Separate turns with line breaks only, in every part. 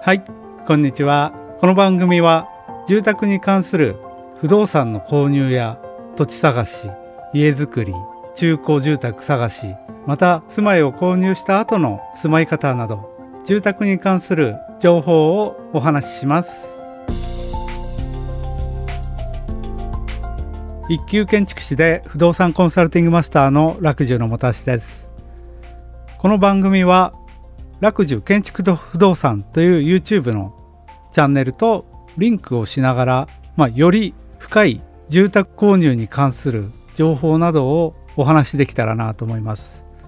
はい、こんにちは。この番組は住宅に関する不動産の購入や土地探し、家づくり、中古住宅探し、また住まいを購入した後の住まい方など住宅に関する情報をお話しします。一級建築士で不動産コンサルティングマスターの楽寿のもたしです。この番組は楽寿建築と不動産という YouTube のチャンネルとリンクをしながら、より深い住宅購入に関する情報などをお話しできたらなと思います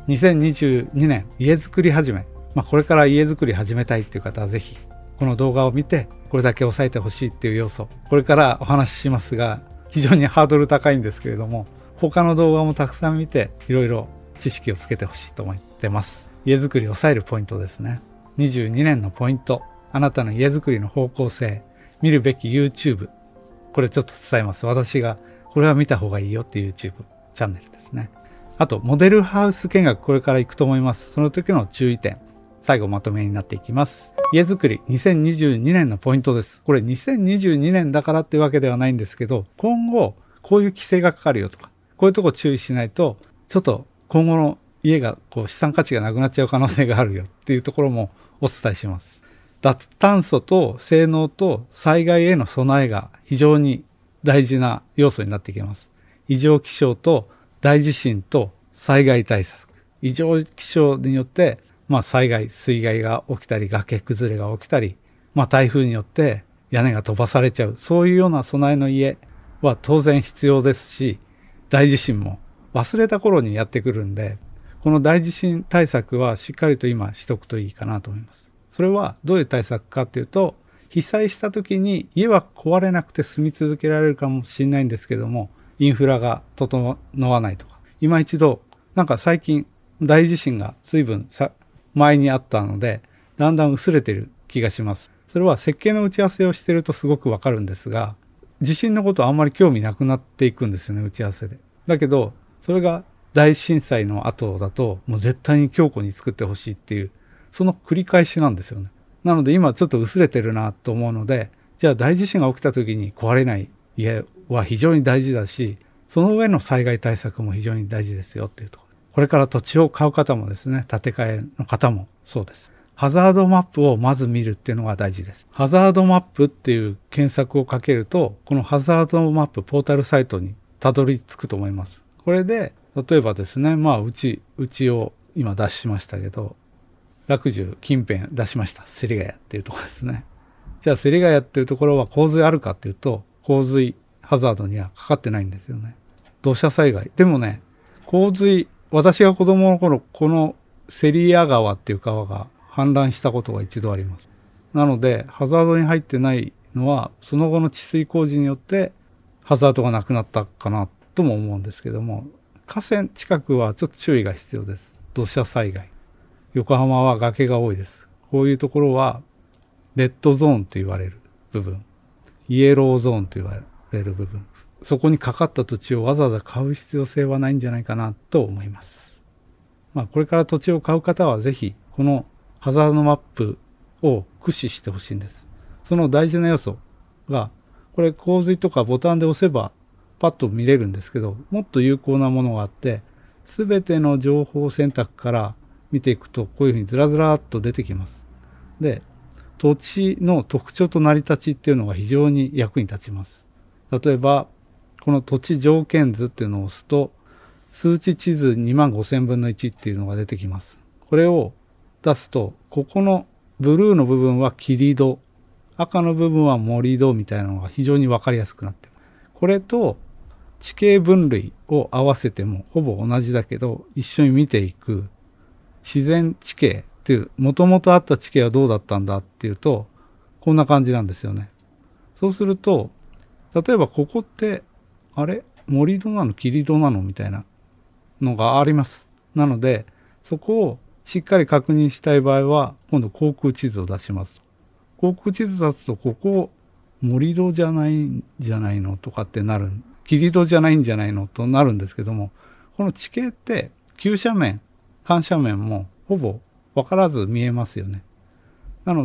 。2022年家づくり始め、これから家づくり始めたいっていう方はぜひこの動画を見てこれだけ押さえてほしいっていう要素、これからお話ししますが非常にハードル高いんですけれども、他の動画もたくさん見ていろいろ知識をつけてほしいと思ってます。家づくりを抑えるポイントですね。22年のポイント、あなたの家づくりの方向性、見るべき YouTube、 これちょっと伝えます。私がこれは見た方がいいよっていう YouTube チャンネルですね。あとモデルハウス見学、これから行くと思います。その時の注意点、最後まとめになっていきます。家づくり2022年のポイントです。これ2022年だからってわけではないんですけど、今後こういう規制がかかるよとか、こういうとこ注意しないとちょっと今後の家が資産価値がなくなっちゃう可能性があるよっていうところもお伝えします。脱炭素と性能と災害への備えが非常に大事な要素になってきます。異常気象と大地震と災害対策。異常気象によって災害、水害が起きたり、崖崩れが起きたり、台風によって屋根が飛ばされちゃう、そういうような備えの家は当然必要ですし、大地震も忘れた頃にやってくるんで、この大地震対策はしっかりと今しとくといいかなと思います。それはどういう対策かっていうと、被災した時に家は壊れなくて住み続けられるかもしれないんですけども、インフラが整わないとか、今一度最近大地震が随分前にあったのでだんだん薄れてる気がします。それは設計の打ち合わせをしてるとすごくわかるんですが、地震のことはあんまり興味なくなっていくんですよね、打ち合わせで。だけどそれが大震災の後だともう絶対に強固に作ってほしいっていう、その繰り返しなんですよね。なので今ちょっと薄れてるなと思うので、じゃあ大地震が起きた時に壊れない家は非常に大事だし、その上の災害対策も非常に大事ですよっていうところ。これから土地を買う方もですね、建て替えの方もそうです。ハザードマップをまず見るっていうのが大事です。ハザードマップっていう検索をかけると、このハザードマップポータルサイトにたどり着くと思います。これで例えばですね、うちを今出しましたけど、楽寿近辺出しました。芹ヶ谷っていうところですね。じゃあ芹ヶ谷っていうところは洪水あるかっていうと、洪水ハザードにはかかってないんですよね。土砂災害。でもね、洪水、私が子供の頃、この芹谷川っていう川が氾濫したことが一度あります。なので、ハザードに入ってないのは、その後の治水工事によってハザードがなくなったかなとも思うんですけども、河川近くはちょっと注意が必要です。土砂災害。横浜は崖が多いです。こういうところはレッドゾーンと言われる部分、イエローゾーンと言われる部分、そこにかかった土地をわざわざ買う必要性はないんじゃないかなと思います。これから土地を買う方はぜひこのハザードマップを駆使してほしいんです。その大事な要素が、これ洪水とかボタンで押せばパッと見れるんですけど、もっと有効なものがあって、すべての情報選択から見ていくとこういうふうにずらずらっと出てきます。で、土地の特徴と成り立ちっていうのが非常に役に立ちます。例えばこの土地条件図っていうのを押すと、数値地図25000分の1っていうのが出てきます。これを出すと、ここのブルーの部分は霧戸、赤の部分は盛り土みたいなのが非常に分かりやすくなっています。これと地形分類を合わせてもほぼ同じだけど、一緒に見ていく自然地形っていう、もともとあった地形はどうだったんだっていうと、こんな感じなんですよね。そうすると、例えばここって盛り土なの霧土なのみたいなのがあります。なのでそこをしっかり確認したい場合は、今度航空地図を出します。航空地図出すと、ここ盛り土じゃないんじゃないのとかってなる、霧戸じゃないんじゃないのとなるんですけども、この地形って急斜面、緩斜面もほぼ分からず見えますよね。なので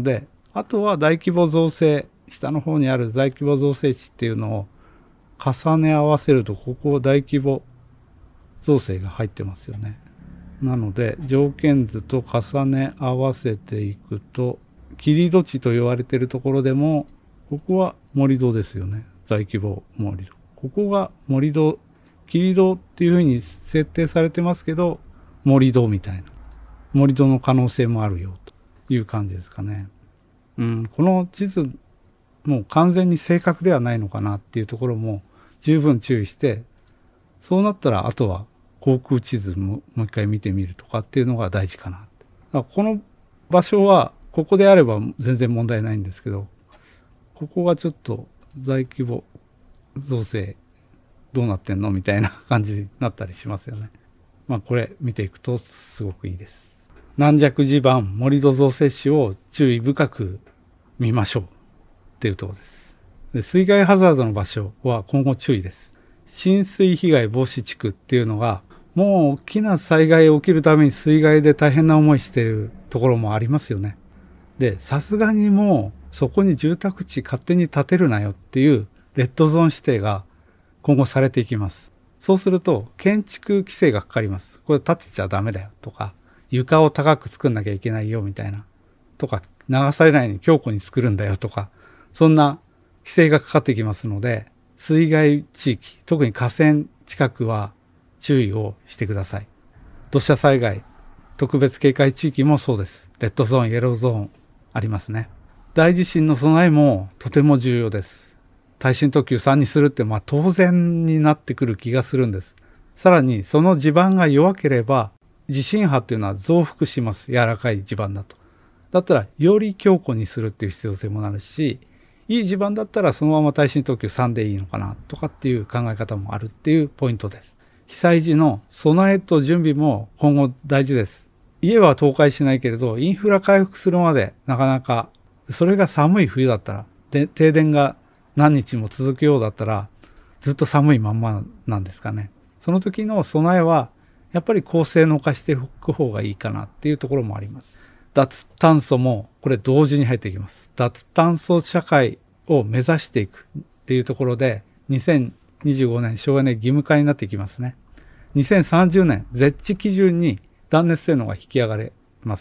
あとは大規模造成、下の方にある大規模造成地っていうのを重ね合わせると、ここ大規模造成が入ってますよね。なので条件図と重ね合わせていくと、切戸地と言われているところでも、ここは盛り土ですよね。大規模盛り土。ここが盛り土、切戸っていうふうに設定されてますけど、盛り土みたいな。盛り土の可能性もあるよという感じですかね。この地図もう完全に正確ではないのかなっていうところも十分注意して、そうなったらあとは航空地図もう一回見てみるとかっていうのが大事かな。だからこの場所はここであれば全然問題ないんですけど、ここがちょっと大規模造成どうなってんのみたいな感じになったりしますよね。これ見ていくとすごくいいです。軟弱地盤盛り土造成地を注意深く見ましょうっていうところです。で、水害ハザードの場所は今後注意です。浸水被害防止地区っていうのが、もう大きな災害起きるために水害で大変な思いしているところもありますよね。で、さすがにもうそこに住宅地勝手に建てるなよっていうレッドゾーン指定が今後されていきます。そうすると建築規制がかかります。これ建てちゃダメだよとか、床を高く作んなきゃいけないよみたいなとか、流されないように強固に作るんだよとか、そんな規制がかかってきますので、水害地域、特に河川近くは注意をしてください。土砂災害特別警戒地域もそうです。レッドゾーン、イエローゾーンありますね。大地震の備えもとても重要です。耐震特急3にするって当然になってくる気がするんです。さらにその地盤が弱ければ地震波っていうのは増幅します。柔らかい地盤だと。だったらより強固にするっていう必要性もなるし、いい地盤だったらそのまま耐震特急3でいいのかなとかっていう考え方もあるっていうポイントです。被災時の備えと準備も今後大事です。家は倒壊しないけれど、インフラ回復するまでなかなか、それが寒い冬だったら、で停電が何日も続くようだったら、ずっと寒いまんまなんですかね。その時の備えは、やっぱり高性能化しておく方がいいかなっていうところもあります。脱炭素もこれ同時に入ってきます。脱炭素社会を目指していくっていうところで、2025年省エネ義務化になってきますね。2030年絶地基準に断熱性能が引き上がれます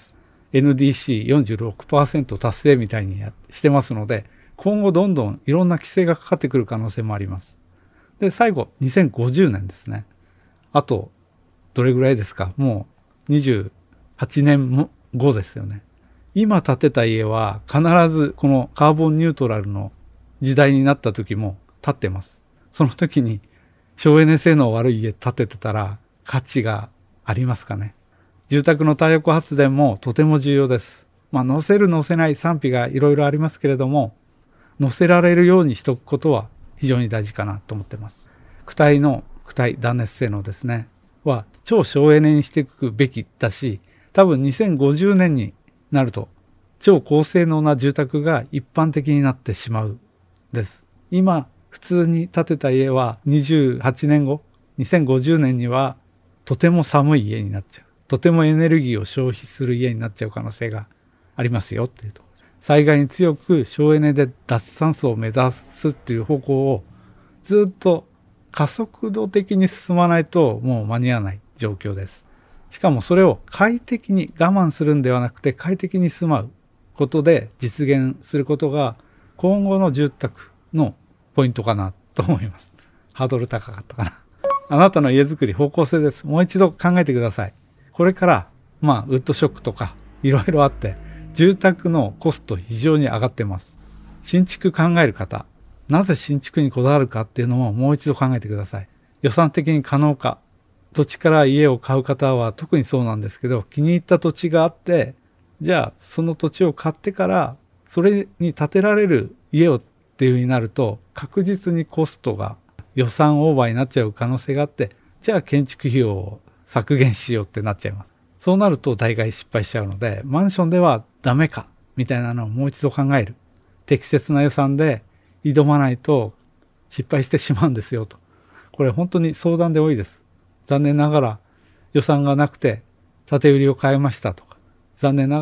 。NDC46% 達成みたいにしてますので、今後どんどんいろんな規制がかかってくる可能性もあります。で、最後、2050年ですね。あと、どれぐらいですか？もう28年後ですよね。今建てた家は必ずこのカーボンニュートラルの時代になった時も建ってます。その時に省エネ性能悪い家建ててたら価値がありますかね。住宅の太陽光発電もとても重要です。載せる載せない賛否がいろいろありますけれども、載せられるようにしておくことは非常に大事かなと思っています。躯体断熱性能ですねは超省エネにしていくべきだし、多分2050年になると超高性能な住宅が一般的になってしまうです。今普通に建てた家は28年後、2050年にはとても寒い家になっちゃう。とてもエネルギーを消費する家になっちゃう可能性がありますよっていうところです。災害に強く省エネで脱炭素を目指すっていう方向をずっと加速度的に進まないともう間に合わない状況です。しかもそれを快適に我慢するんではなくて快適に住まうことで実現することが今後の住宅のポイントかなと思います。ハードル高かったかな。あなたの家づくり方向性です。もう一度考えてください。これからウッドショックとかいろいろあって住宅のコスト非常に上がってます。新築考える方、なぜ新築にこだわるかっていうのももう一度考えてください。予算的に可能か。土地から家を買う方は特にそうなんですけど、気に入った土地があって、じゃあその土地を買ってからそれに建てられる家をっていう風になると確実にコストが予算オーバーになっちゃう可能性があって、じゃあ建築費用を削減しようってなっちゃいます。そうなると大概失敗しちゃうので、マンションではダメかみたいなのをもう一度考える。適切な予算で挑まないと失敗してしまうんですよと。これ本当に相談で多いです。残念ながら予算がなくて建て売りを変えましたとか、残念ながら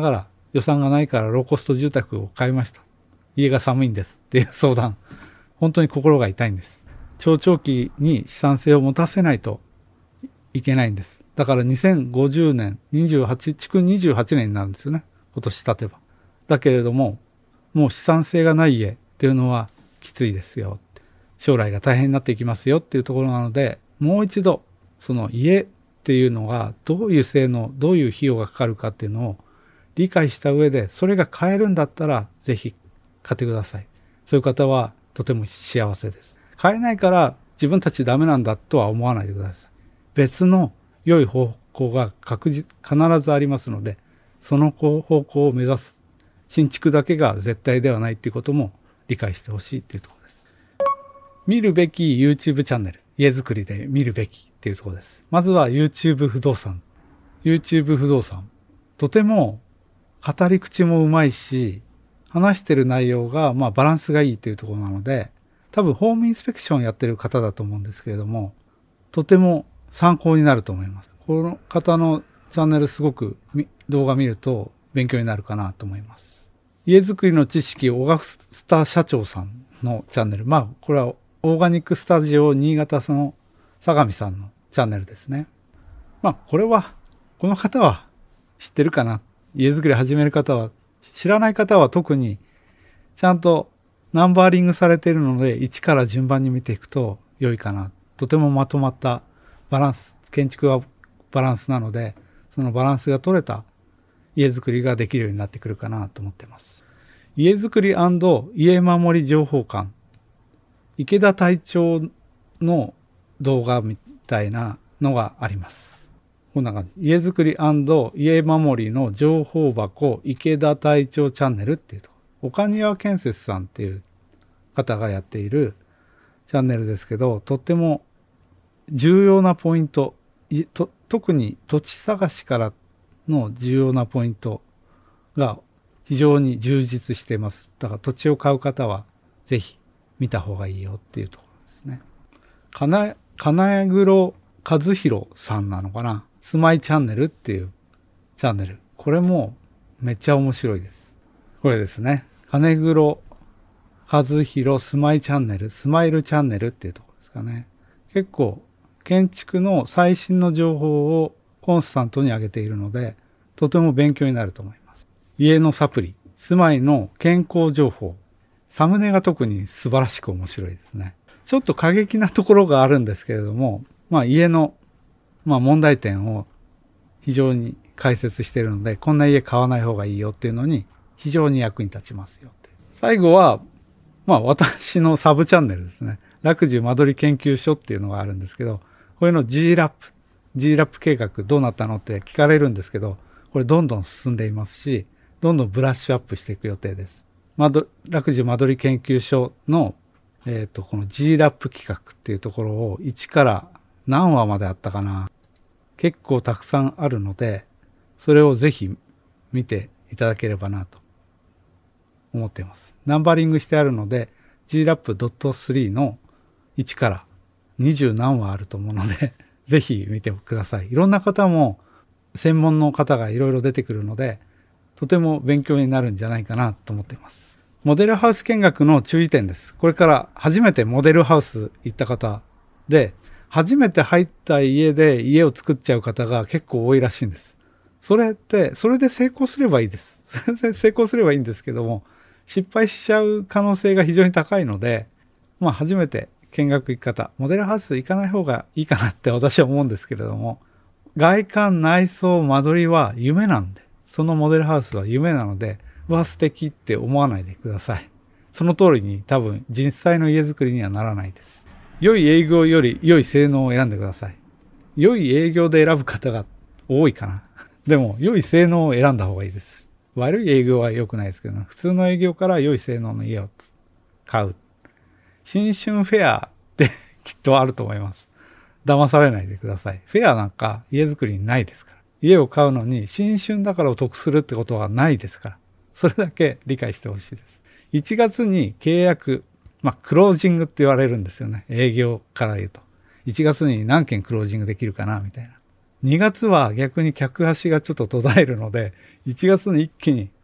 予算がないからローコスト住宅を買いました。家が寒いんですっていう相談。本当に心が痛いんです。長長期に資産性を持たせないといけないんです。だから2050年、築28年になるんですよね。今年経てば。だけれども、もう資産性がない家っていうのはきついですよ。将来が大変になっていきますよっていうところなので、もう一度、その家っていうのがどういう性能、どういう費用がかかるかっていうのを理解した上で、それが買えるんだったら、ぜひ買ってください。そういう方はとても幸せです。買えないから自分たちダメなんだとは思わないでください。別の良い方向が必ずありますので、その方向を目指す。新築だけが絶対ではないっていうことも理解してほしいっていうところです。見るべき YouTube チャンネル。家づくりで見るべきっていうところです。まずは YouTube 不動産。YouTube 不動産。とても語り口もうまいし、話してる内容がバランスがいいというところなので、多分ホームインスペクションやってる方だと思うんですけれども、とても参考になると思います。この方のチャンネルすごく動画見ると勉強になるかなと思います。家づくりの知識オーガスタ社長さんのチャンネル。これはオーガニックスタジオ新潟の相模さんのチャンネルですね。この方は知ってるかな。家づくり始める方は、知らない方は特にちゃんとナンバーリングされているので、1から順番に見ていくと良いかな。とてもまとまったバランス、建築はバランスなので、そのバランスが取れた家づくりができるようになってくるかなと思っています。家づくり&家守り情報館。池田隊長の動画みたいなのがあります。こんな感じ。家づくり&家守りの情報箱池田隊長チャンネルっていうと、岡庭建設さんっていう方がやっているチャンネルですけど、とっても重要なポイント、特に土地探しからの重要なポイントが非常に充実しています。だから土地を買う方はぜひ見た方がいいよっていうところですね。金黒和弘さんなのかな。住まいチャンネルっていうチャンネル。これもめっちゃ面白いです。これですね。金黒和弘住まいチャンネル、スマイルチャンネルっていうところですかね。結構建築の最新の情報をコンスタントに上げているので、とても勉強になると思います。家のサプリ、住まいの健康情報、サムネが特に素晴らしく面白いですね。ちょっと過激なところがあるんですけれども、家の、問題点を非常に解説しているので、こんな家買わない方がいいよっていうのに非常に役に立ちますよって。最後は、私のサブチャンネルですね。楽寿間取り研究所っていうのがあるんですけど、これの GLAP 計画どうなったのって聞かれるんですけど、これどんどん進んでいますし、どんどんブラッシュアップしていく予定です。楽寿間取り研究所の、この GLAP 企画っていうところを1から何話まであったかな。結構たくさんあるので、それをぜひ見ていただければなと思っています。ナンバリングしてあるので、GLAP.3 の1から20何話あると思うので、ぜひ見てください。いろんな方も、専門の方がいろいろ出てくるので、とても勉強になるんじゃないかなと思っています。モデルハウス見学の注意点です。これから初めてモデルハウス行った方で、初めて入った家で家を作っちゃう方が結構多いらしいんです。それで成功すればいいです。それで成功すればいいんですけども、失敗しちゃう可能性が非常に高いので、初めて見学行く方、モデルハウス行かない方がいいかなって私は思うんですけれども、外観、内装、間取りは夢なんで、そのモデルハウスは夢なので、素敵って思わないでください。その通りに多分実際の家づくりにはならないです。良い営業より良い性能を選んでください。良い営業で選ぶ方が多いかな。でも良い性能を選んだ方がいいです。悪い営業は良くないですけど、普通の営業から良い性能の家を買う。新春フェアってきっとあると思います。騙されないでください。フェアなんか家づくりにないですから。家を買うのに新春だからお得するってことはないですから。それだけ理解してほしいです。1月に契約、クロージングって言われるんですよね。営業から言うと。1月に何件クロージングできるかなみたいな。2月は逆に客足がちょっと途絶えるので、1月に一気に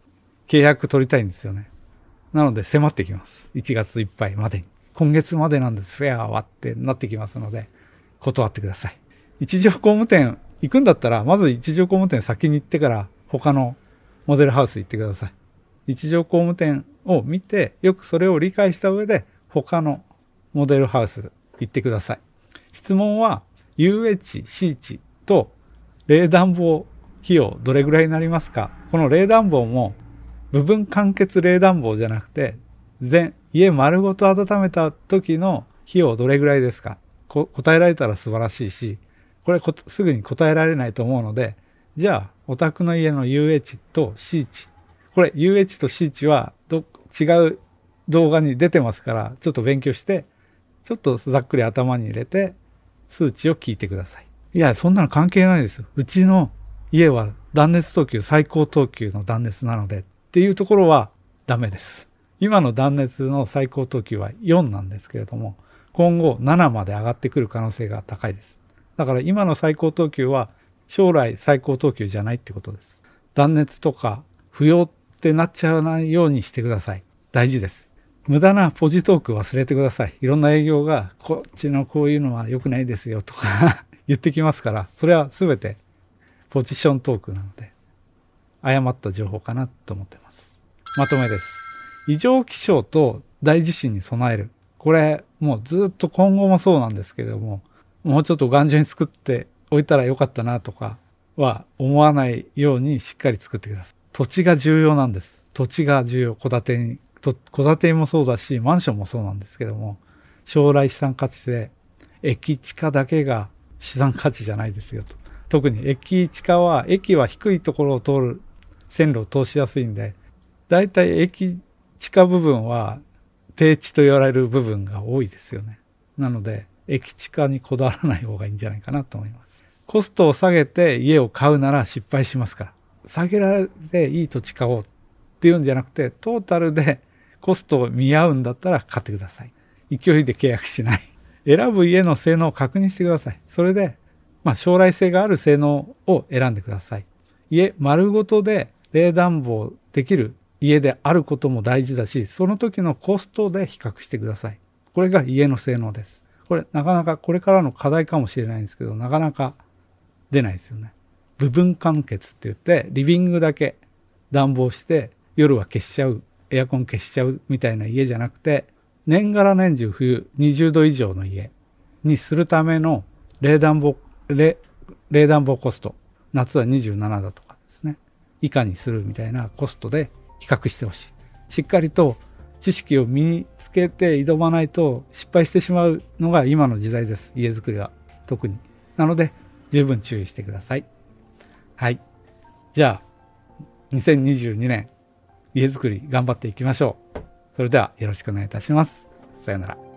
契約取りたいんですよね。なので迫ってきます。1月いっぱいまでに。今月までなんです、フェアはってなってきますので、断ってください。一条工務店行くんだったら、まず一条工務店先に行ってから他のモデルハウス行ってください。一条工務店を見て、よくそれを理解した上で他のモデルハウス行ってください。質問は UH、C 値と冷暖房費用どれぐらいになりますか？この冷暖房も部分間欠冷暖房じゃなくて、家丸ごと温めた時の費用どれぐらいですか？答えられたら素晴らしいし、これすぐに答えられないと思うので、じゃあお宅の家の UH と C 値、これ UH と C 値は違う動画に出てますから、ちょっと勉強して、ちょっとざっくり頭に入れて数値を聞いてください。いや、そんなの関係ないですよ。うちの家は断熱等級最高等級の断熱なのでっていうところはダメです。今の断熱の最高等級は4なんですけれども、今後7まで上がってくる可能性が高いです。だから今の最高等級は将来最高等級じゃないってことです。断熱とか不要ってなっちゃわないようにしてください。大事です。無駄なポジトーク忘れてください。いろんな営業がこっちのこういうのは良くないですよとか言ってきますから、それは全てポジショントークなので誤った情報かなと思ってます。まとめです。異常気象と大地震に備える。これもうずっと今後もそうなんですけれども、もうちょっと頑丈に作っておいたらよかったなとかは思わないようにしっかり作ってください。土地が重要なんです。土地が重要。戸建てもそうだし、マンションもそうなんですけども、将来資産価値性、駅地下だけが資産価値じゃないですよと。特に駅地下は、駅は低いところを通る線路を通しやすいんで、だいたい駅地下部分は低地と言われる部分が多いですよね。なので、駅地下にこだわらない方がいいんじゃないかなと思います。コストを下げて家を買うなら失敗しますから。下げられていい土地買おうっていうんじゃなくて、トータルでコストを見合うんだったら買ってください。勢いで契約しない。選ぶ家の性能を確認してください。それで、将来性がある性能を選んでください。家丸ごとで冷暖房できる家であることも大事だし、その時のコストで比較してください。これが家の性能です。これなかなかこれからの課題かもしれないんですけど、なかなか出ないですよね。部分完結って言ってリビングだけ暖房して夜は消しちゃう、エアコン消しちゃうみたいな家じゃなくて、年がら年中冬20度以上の家にするための冷暖房コスト、夏は27度とかですね、以下にするみたいなコストで比較してほしい。しっかりと知識を身につけて挑まないと失敗してしまうのが今の時代です。家づくりは特に。なので十分注意してください。はい。じゃあ2022年家づくり頑張っていきましょう。それではよろしくお願いいたします。さようなら。